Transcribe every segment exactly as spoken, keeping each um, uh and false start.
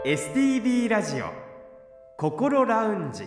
エスティービー ラジオ心ラウンジ。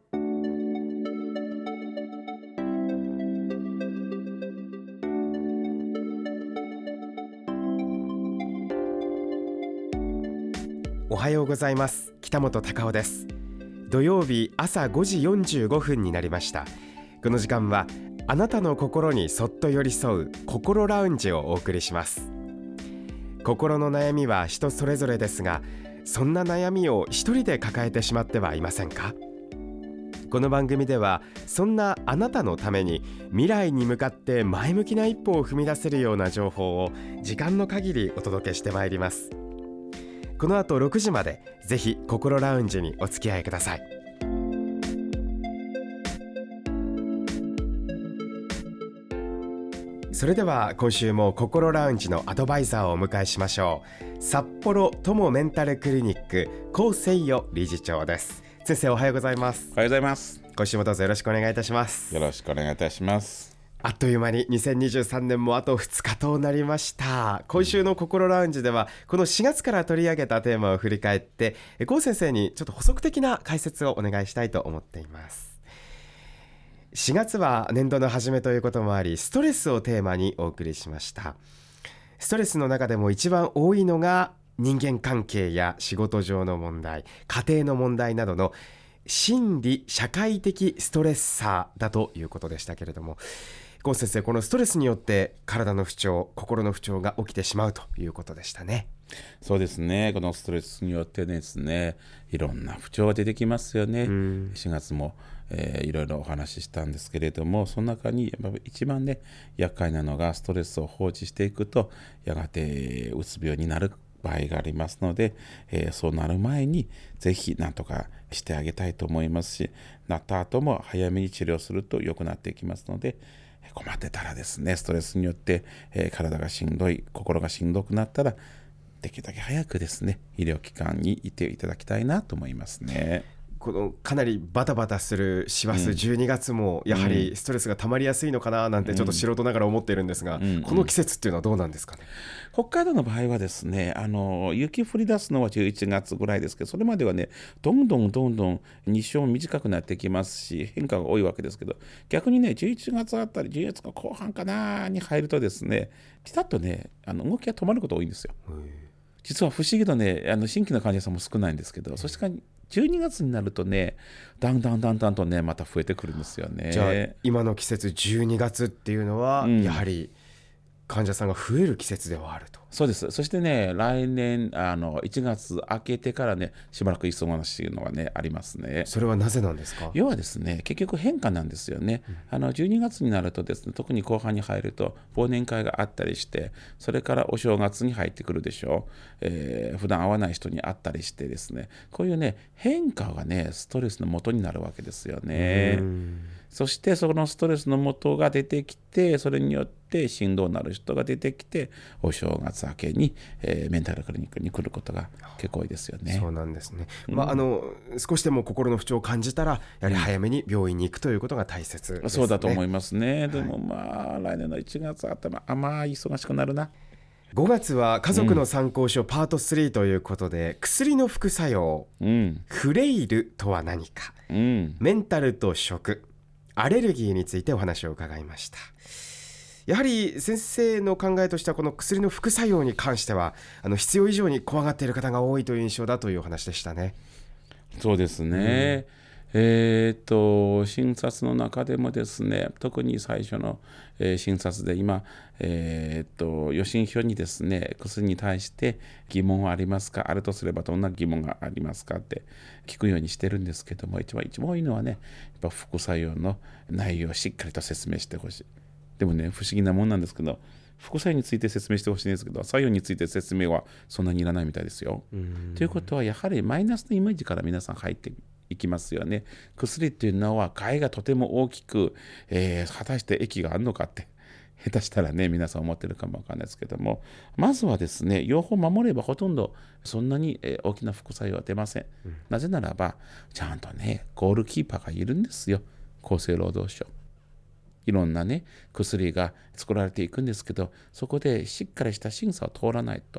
おはようございます。北本隆夫です。土曜日朝ごじよんじゅうごふんになりました。この時間はあなたの心にそっと寄り添う心ラウンジをお送りします。心の悩みは人それぞれですが、そんな悩みを一人で抱えてしまってはいませんか？この番組ではそんなあなたのために未来に向かって前向きな一歩を踏み出せるような情報を時間の限りお届けしてまいります。この後ろくじまでぜひ心ラウンジにお付き合いください。それでは今週も心ラウンジのアドバイザーをお迎えしましょう。札幌友メンタルクリニック高誠代理事長です。先生、おはようございます。 おはようございます。 今週もどうぞよろしくお願いいたします。 よろしくお願いいたします。 あっという間ににせんにじゅうさんねんもあとふつかとなりました。今週の心ラウンジではこのしがつから取り上げたテーマを振り返って、郷先生にちょっと補足的な解説をお願いしたいと思っています。しがつは年度の初めということもあり、ストレスをテーマにお送りしました。ストレスの中でも一番多いのが人間関係や仕事上の問題、家庭の問題などの心理社会的ストレッサーだということでしたけれども、郷先生、このストレスによって体の不調、心の不調が起きてしまうということでしたね。 そうですね。このストレスによってですね、いろんな不調が出てきますよね。うん、しがつも、えー、いろいろお話ししたんですけれども、その中に一番ね厄介なのがストレスを放置していくとやがてうつ病になる場合がありますので、えー、そうなる前にぜひ何とかしてあげたいと思いますし、なった後も早めに治療すると良くなっていきますので、困ってたらですね、ストレスによって、えー、体がしんどい、心がしんどくなったらできるだけ早くですね医療機関にいていただきたいなと思いますね。 このかなりバタバタする師走じゅうにがつもやはりストレスが溜まりやすいのかななんてちょっと素人ながら思っているんですが、うんうん、この季節っていうのはどうなんですかね。 北海道の場合はですね、あの雪降り出すのはじゅういちがつぐらいですけど、それまではねどんどんどんどん日照も短くなってきますし変化が多いわけですけど、逆にねじゅういちがつあたりじゅうがつの後半かなに入るとですね、ピタッとねあの動きが止まることが多いんですよ。実は不思議とね、あの新規の患者さんも少ないんですけど、そしてじゅうにがつになるとねだんだんだんだんとねまた増えてくるんですよね。 じゃあ今の季節じゅうにがつっていうのは、うん、やはり患者さんが増える季節ではあると。 そうです。そしてね来年あのいちがつ明けてからねしばらく忙しいのがねありますね。 それはなぜなんですか？ 要はですね結局変化なんですよね、うん、あのじゅうにがつになるとですね、特に後半に入ると忘年会があったりして、それからお正月に入ってくるでしょう、えー、普段会わない人に会ったりしてですね、こういうね変化がねストレスの元になるわけですよね。そしてそのストレスの元が出てきて、それによってしんどくなる人が出てきて、お正月明けに、えー、メンタルクリニックに来ることが結構多いですよね。 そうなんですね、うん、まあ、あの少しでも心の不調を感じたらやはり早めに病院に行くということが大切ですね。 そうだと思いますね。でもまあ来年のいちがつ頭あまあ忙しくなるな。 ごがつは家族の参考書パートスリーということで、うん、薬の副作用、うん、フレイルとは何か、うん、メンタルと食、アレルギーについてお話を伺いました。やはり先生の考えとしてはこの薬の副作用に関してはあの必要以上に怖がっている方が多いという印象だというお話でしたね。 そうですね、うん、えー、と診察の中でもですね、特に最初の、えー、診察で今、えー、と予診票にですね薬に対して疑問はありますか、あるとすればどんな疑問がありますかって聞くようにしてるんですけども、一番一番多いのはねやっぱ副作用の内容をしっかりと説明してほしい。でもね不思議なもんなんですけど、副作用について説明してほしいんですけど、作用について説明はそんなにいらないみたいですよ。ということはやはりマイナスのイメージから皆さん入っていきますよね。薬っていうのは害がとても大きく、えー、果たして益があるのかって下手したらね皆さん思ってるかもわかんないですけども、まずはですね用法を守ればほとんどそんなに、えー、大きな副作用は出ません、うん、なぜならばちゃんとねゴールキーパーがいるんですよ。厚生労働省いろんなね薬が作られていくんですけど、そこでしっかりした審査を通らないと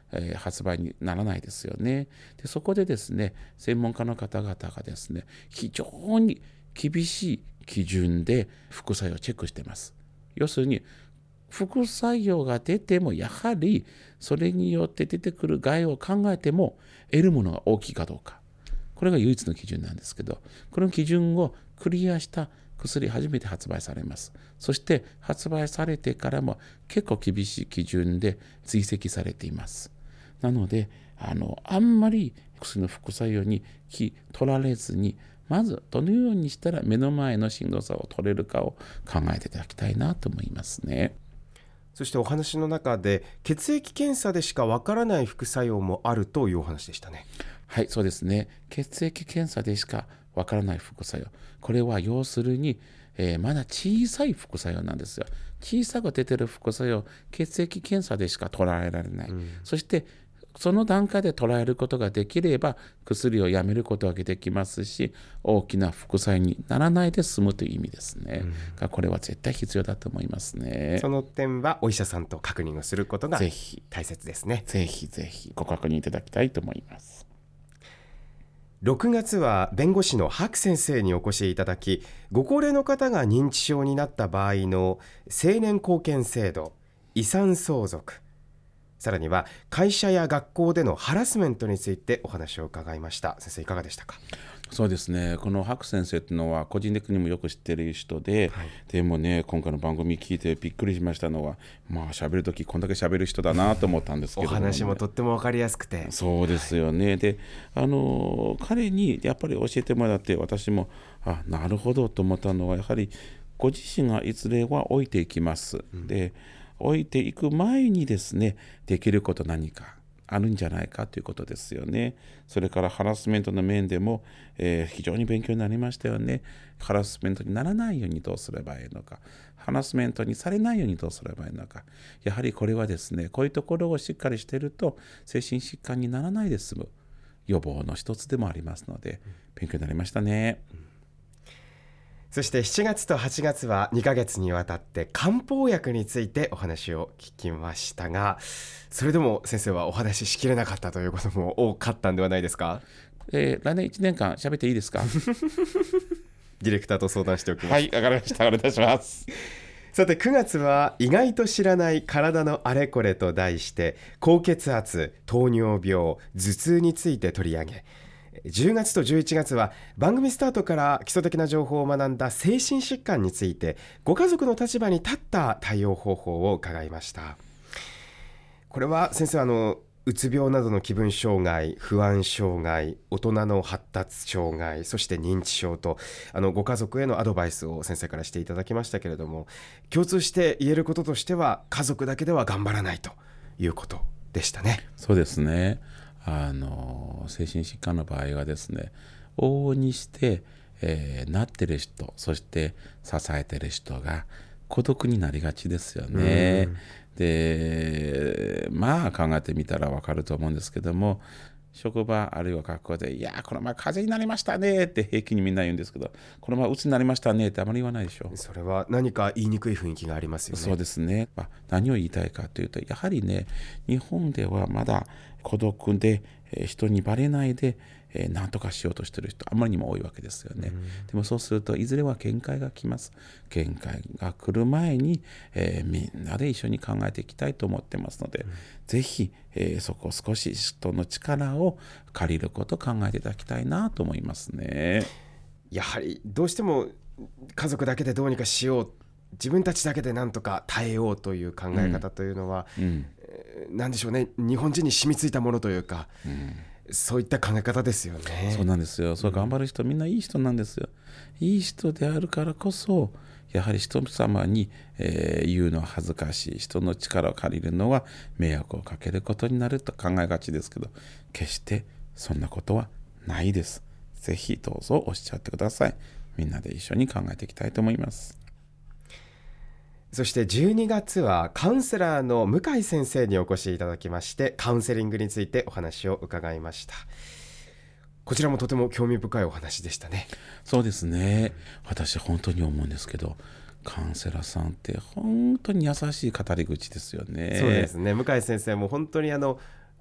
えー発売にならないですよね。でそこでですね、専門家の方々がですね、非常に厳しい基準で副作用をチェックしています。要するに副作用が出てもやはりそれによって出てくる害を考えても得るものが大きいかどうか、これが唯一の基準なんですけど、この基準をクリアした薬初めて発売されます。そして発売されてからも結構厳しい基準で追跡されています。なのであのあんまり薬の副作用に気取られずに、まずどのようにしたら目の前のしんどさを取れるかを考えていただきたいなと思いますね。 そしてお話の中で血液検査でしかわからない副作用もあるというお話でしたね。 はい、そうですね。血液検査でしかわからない副作用、これは要するに、えーまだ小さい副作用なんですよ。小さく出てる副作用、血液検査でしか捉えられない、うん、そしてその段階で捉えることができれば薬をやめることができますし、大きな副作用にならないで済むという意味ですね、うん、これは絶対必要だと思いますね。 その点はお医者さんと確認をすることが大切ですね。 ぜひぜひご確認いただきたいと思います。 ろくがつは弁護士の白先生にお越しいただき、ご高齢の方が認知症になった場合の成年後見制度、遺産相続、さらには会社や学校でのハラスメントについてお話を伺いました。先生いかがでしたか？ そうですね、この白先生というのは個人的にもよく知っている人で、はい、でもね今回の番組聞いてびっくりしましたのは、まあ喋るときこんだけ喋る人だなと思ったんですけど、ね、 お話もとっても分かりやすくて。 そうですよね、はい、であの彼にやっぱり教えてもらって、私もあなるほどと思ったのは、やはりご自身がいずれは老いていきます、うん、で老いていく前にですね、できること何かあるんじゃないかということですよね。それからハラスメントの面でも、えー、非常に勉強になりましたよね。ハラスメントにならないようにどうすればいいのか、ハラスメントにされないようにどうすればいいのか、やはりこれはですね、こういうところをしっかりしていると精神疾患にならないで済む予防の一つでもありますので、勉強になりましたね。うん、 そしてしちがつとはちがつはにかげつにわたって漢方薬についてお話を聞きましたが、それでも先生はお話ししきれなかったということも多かったんではないですか？ えー、来年いちねんかん喋っていいですか？ ディレクターと相談しておきます。 はい、わかりました。お願いいたします。 さてくがつは意外と知らない体のあれこれと題して、高血圧、糖尿病、頭痛について取り上げ、じゅうがつとじゅういちがつは番組スタートから基礎的な情報を学んだ精神疾患について、ご家族の立場に立った対応方法を伺いました。これは先生、あのうつ病などの気分障害、不安障害、大人の発達障害、そして認知症と、あのご家族へのアドバイスを先生からしていただきましたけれども、共通して言えることとしては、家族だけでは頑張らないということでしたね。 そうですね、あの精神疾患の場合はですね、往々にして、えー、なってる人、そして支えてる人が孤独になりがちですよね。でまあ考えてみたら分かると思うんですけども、職場あるいは学校で、いやこの前風邪になりましたねって平気にみんな言うんですけど、この前うつになりましたねってあまり言わないでしょ。 それは何か言いにくい雰囲気がありますよね。 そうですね、まあ、何を言いたいかというと、やはりね、日本ではまだ孤独で、えー、人にバレないで、えー、何とかしようとしている人あまりにも多いわけですよね。でもそうするといずれは限界が来ます。限界が来る前に、えー、みんなで一緒に考えていきたいと思ってますので、うん、ぜひ、えー、そこを少し人の力を借りることを考えていただきたいなと思いますね。 やはりどうしても家族だけでどうにかしよう、自分たちだけで何とか耐えようという考え方というのは、うんうんえー、何でしょうね、日本人に染みついたものというか、うん、そういった考え方ですよね。 そうなんですよ。そう頑張る人、みんないい人なんですよ。いい人であるからこそ、やはり人様に、えー、言うのは恥ずかしい、人の力を借りるのは迷惑をかけることになると考えがちですけど、決してそんなことはないです。ぜひどうぞおっしゃってください。みんなで一緒に考えていきたいと思います。 そしてじゅうにがつはカウンセラーの向井先生にお越しいただきまして、カウンセリングについてお話を伺いました。こちらもとても興味深いお話でしたね。 そうですね、私本当に思うんですけど、カウンセラーさんって本当に優しい語り口ですよね。 そうですね、向井先生も本当にあの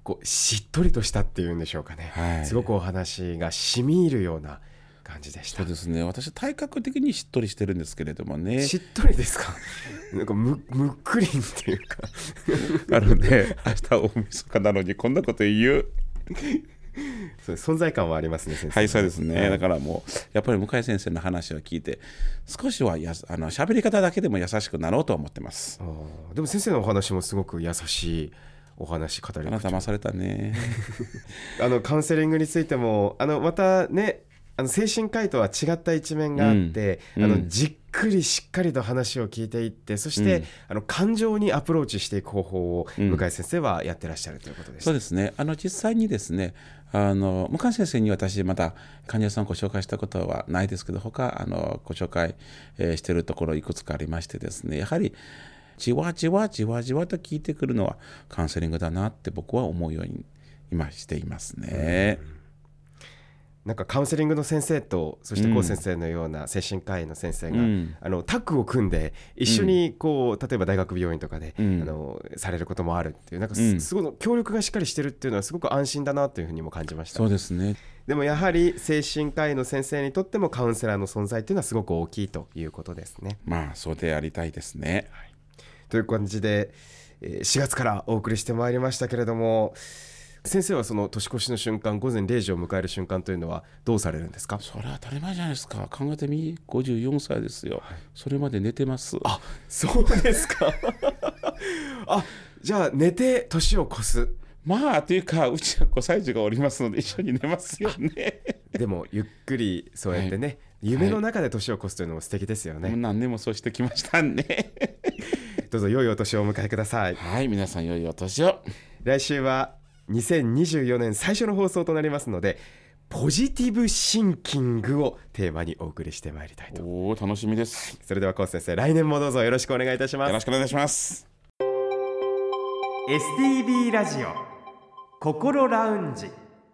こうしっとりとしたっていうんでしょうかね、はい、すごくお話が染み入るような感じでした。 そうですね、私体格的にしっとりしてるんですけれどもね。 しっとりですかなんか む, むっくりんっていうかあのね、明日大晦日なのにこんなこと言うそう存在感はありますね先生。 はいそうですね、はい、だからもうやっぱり向井先生の話を聞いて少しはやあの喋り方だけでも優しくなろうと思ってます。 あでも先生のお話もすごく優しいお話語り口。 あなた騙されたねあのカウンセリングについてもあのまたねあの精神科医とは違った一面があって、うん、あのじっくりしっかりと話を聞いていってそして、うん、あの感情にアプローチしていく方法を向井先生はやってらっしゃるということです、うん、 そうですね。あの実際にですねあの向井先生に私また患者さんをご紹介したことはないですけど他あのご紹介、えー、しているところいくつかありましてですねやはりじわじわじわじわと聞いてくるのはカウンセリングだなって僕は思うように今していますね、うんなんかカウンセリングの先生とそして高先生のような精神科医の先生が、うん、あのタッグを組んで一緒にこう、うん、例えば大学病院とかで、うん、あのされることもあるっていうなんか す,、うん、すごい協力がしっかりしてるっていうのはすごく安心だなというふうにも感じました。 そうですね。 でもやはり精神科医の先生にとってもカウンセラーの存在っていうのはすごく大きいということですね。 まあそうでありたいですね、 はい、という感じでしがつからお送りしてまいりましたけれども先生はその年越しの瞬間午前れいじを迎える瞬間というのはどうされるんですか？ それは当たり前じゃないですか。考えてみごじゅうよんさいですよ、はい、それまで寝てます。 あそうですかあじゃあ寝て年を越す。 まあというかうちはごさい児がおりますので一緒に寝ますよねでもゆっくりそうやってね、はい、夢の中で年を越すというのも素敵ですよね、 はい、もう何年もそうしてきましたねどうぞ良いお年をお迎えください。 はい皆さん良いお年を。 来週はにせんにじゅうよねん最初の放送となりますのでポジティブシンキングをテーマにお送りしてまいりたいと。 お楽しみです。 それでは高先生来年もどうぞよろしくお願いいたします。 よろしくお願いします。 エスティービー ラジオ心ラウンジ。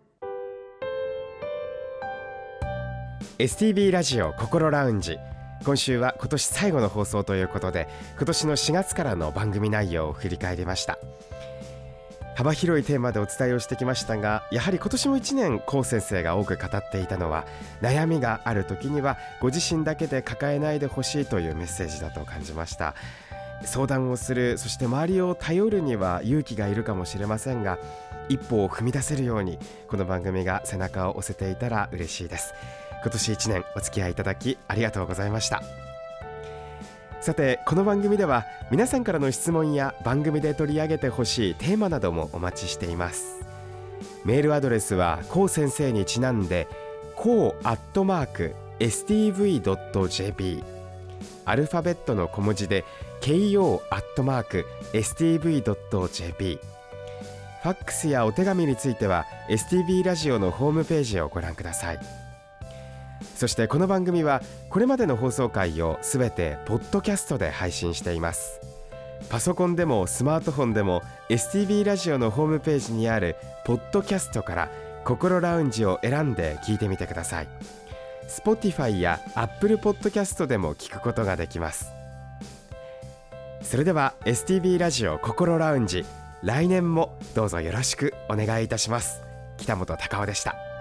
エスティービー ラジオ心ラウンジ今週は今年最後の放送ということで今年のしがつからの番組内容を振り返りました。幅広いテーマでお伝えをしてきましたがやはり今年もいちねん高先生が多く語っていたのは悩みがある時にはご自身だけで抱えないでほしいというメッセージだと感じました。相談をするそして周りを頼るには勇気がいるかもしれませんが一歩を踏み出せるようにこの番組が背中を押せていたら嬉しいです。今年いちねんお付き合いいただきありがとうございました。さてこの番組では皆さんからの質問や番組で取り上げてほしいテーマなどもお待ちしています。メールアドレスはこう先生にちなんでこうアットマーク エスティーブイドットジェーピー アルファベットの小文字で ケーオー アットマーク エスティーブイドットジェーピー ファックスやお手紙については エスティービー ラジオのホームページをご覧ください。そしてこの番組はこれまでの放送回をすべてポッドキャストで配信しています。パソコンでもスマートフォンでも エスティービー ラジオのホームページにあるポッドキャストから心ラウンジを選んで聞いてみてください。 Spotify や Apple Podcast でも聞くことができます。それでは エスティービー ラジオ心ラウンジ来年もどうぞよろしくお願いいたします。北本隆夫でした。